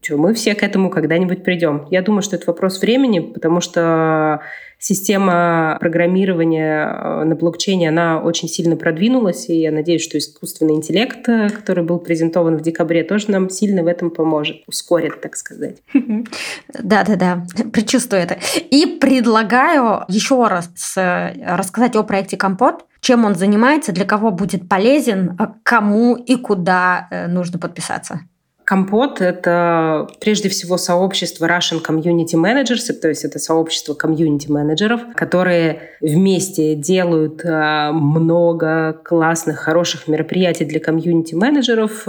Что, мы все к этому когда-нибудь придем. Я думаю, что это вопрос времени, потому что система программирования на блокчейне, она очень сильно продвинулась, и я надеюсь, что искусственный интеллект, который был презентован в декабре, тоже нам сильно в этом поможет, ускорит, так сказать. Да-да-да, предчувствую это. И предлагаю еще раз рассказать о проекте «Компот», чем он занимается, для кого будет полезен, кому и куда нужно подписаться. Компот — это прежде всего сообщество Russian Community Managers, то есть это сообщество комьюнити-менеджеров, которые вместе делают много классных, хороших мероприятий для комьюнити-менеджеров.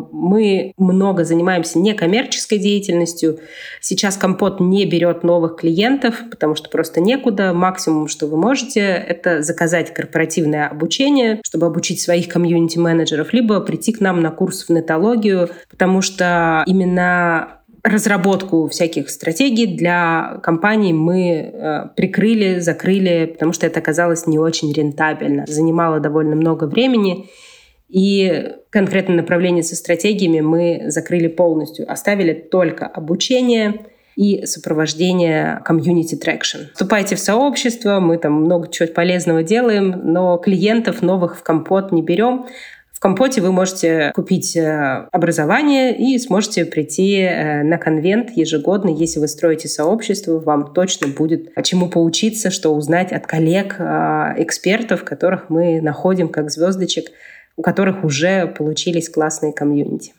Мы много занимаемся некоммерческой деятельностью. Сейчас Компот не берет новых клиентов, потому что просто некуда. Максимум, что вы можете, это заказать корпоративное обучение, чтобы обучить своих комьюнити-менеджеров, либо прийти к нам на курс в нетологию, потому Потому что именно разработку всяких стратегий для компаний мы э, прикрыли, закрыли, потому что это оказалось не очень рентабельно. Занимало довольно много времени. И конкретное направление со стратегиями мы закрыли полностью. Оставили только обучение и сопровождение community traction. Вступайте в сообщество, мы там много чего полезного делаем, но клиентов новых в Компот не берем. В Компоте вы можете купить образование и сможете прийти на конвент ежегодно. Если вы строите сообщество, вам точно будет чему поучиться, что узнать от коллег, экспертов, которых мы находим как звездочек, у которых уже получились классные комьюнити.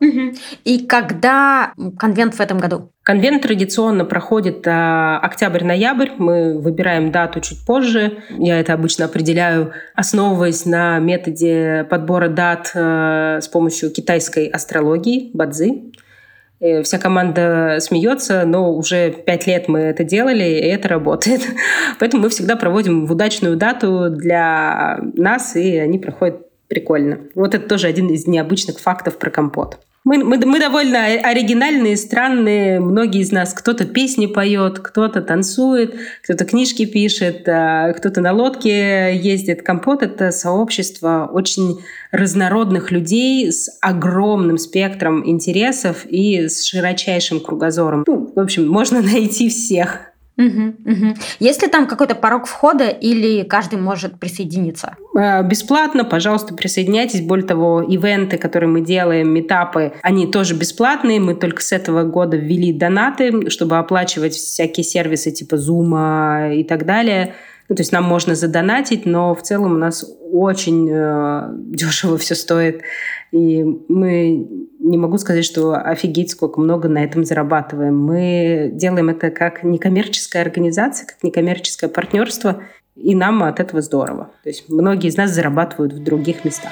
И когда конвент в этом году? Конвент традиционно проходит а, октябрь-ноябрь. Мы выбираем дату чуть позже. Я это обычно определяю, основываясь на методе подбора дат а, с помощью китайской астрологии, бадзи. И вся команда смеется, но уже пять лет мы это делали, и это работает. Поэтому мы всегда проводим в удачную дату для нас, и они проходят прикольно. Вот это тоже один из необычных фактов про Компот. Мы, мы, мы довольно оригинальные, странные. Многие из нас, кто-то песни поет, кто-то танцует, кто-то книжки пишет, кто-то на лодке ездит. Компот — это сообщество очень разнородных людей с огромным спектром интересов и с широчайшим кругозором. Ну, в общем, можно найти всех. Угу, угу. Есть ли там какой-то порог входа или каждый может присоединиться? Бесплатно, пожалуйста, присоединяйтесь. Более того, ивенты, которые мы делаем, митапы, они тоже бесплатные. Мы только с этого года ввели донаты, чтобы оплачивать всякие сервисы типа Zoom и так далее. Ну, то есть нам можно задонатить, но в целом у нас очень э, дешево все стоит. И мы, не могу сказать, что офигеть, сколько много на этом зарабатываем. Мы делаем это как некоммерческая организация, как некоммерческое партнерство, и нам от этого здорово. То есть многие из нас зарабатывают в других местах.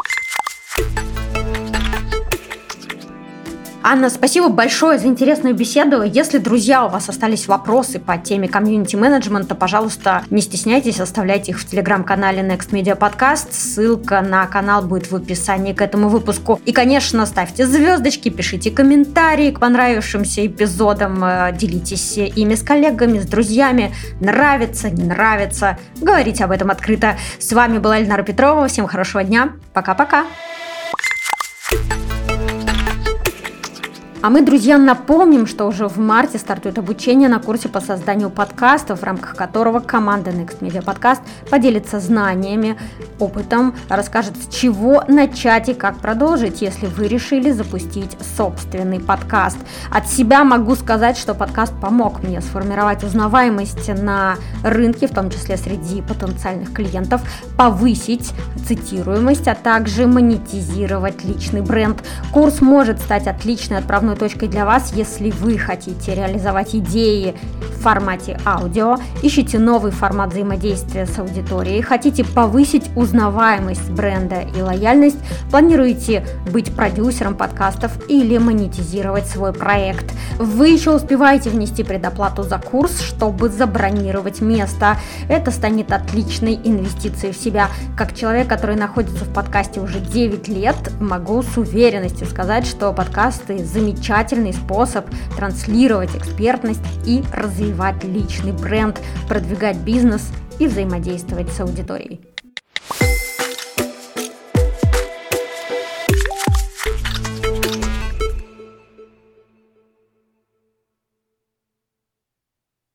Анна, спасибо большое за интересную беседу. Если, друзья, у вас остались вопросы по теме комьюнити-менеджмента, пожалуйста, не стесняйтесь, оставляйте их в телеграм-канале Next Media Podcast. Ссылка на канал будет в описании к этому выпуску. И, конечно, ставьте звездочки, пишите комментарии к понравившимся эпизодам, делитесь ими с коллегами, с друзьями. Нравится, не нравится, говорите об этом открыто. С вами была Эльнара Петрова. Всем хорошего дня. Пока-пока. А мы, друзья, напомним, что уже в марте стартует обучение на курсе по созданию подкастов, в рамках которого команда Next Media Podcast поделится знаниями, опытом, расскажет, с чего начать и как продолжить, если вы решили запустить собственный подкаст. От себя могу сказать, что подкаст помог мне сформировать узнаваемость на рынке, в том числе среди потенциальных клиентов, повысить цитируемость, а также монетизировать личный бренд. Курс может стать отличной отправной точкой для вас, если вы хотите реализовать идеи в формате аудио, ищете новый формат взаимодействия с аудиторией, хотите повысить узнаваемость бренда и лояльность, планируете быть продюсером подкастов или монетизировать свой проект. Вы еще успеваете внести предоплату за курс, чтобы забронировать место. Это станет отличной инвестицией в себя. Как человек, который находится в подкасте уже девять лет, могу с уверенностью сказать, что подкасты замечательные. Замечательный способ транслировать экспертность и развивать личный бренд, продвигать бизнес и взаимодействовать с аудиторией.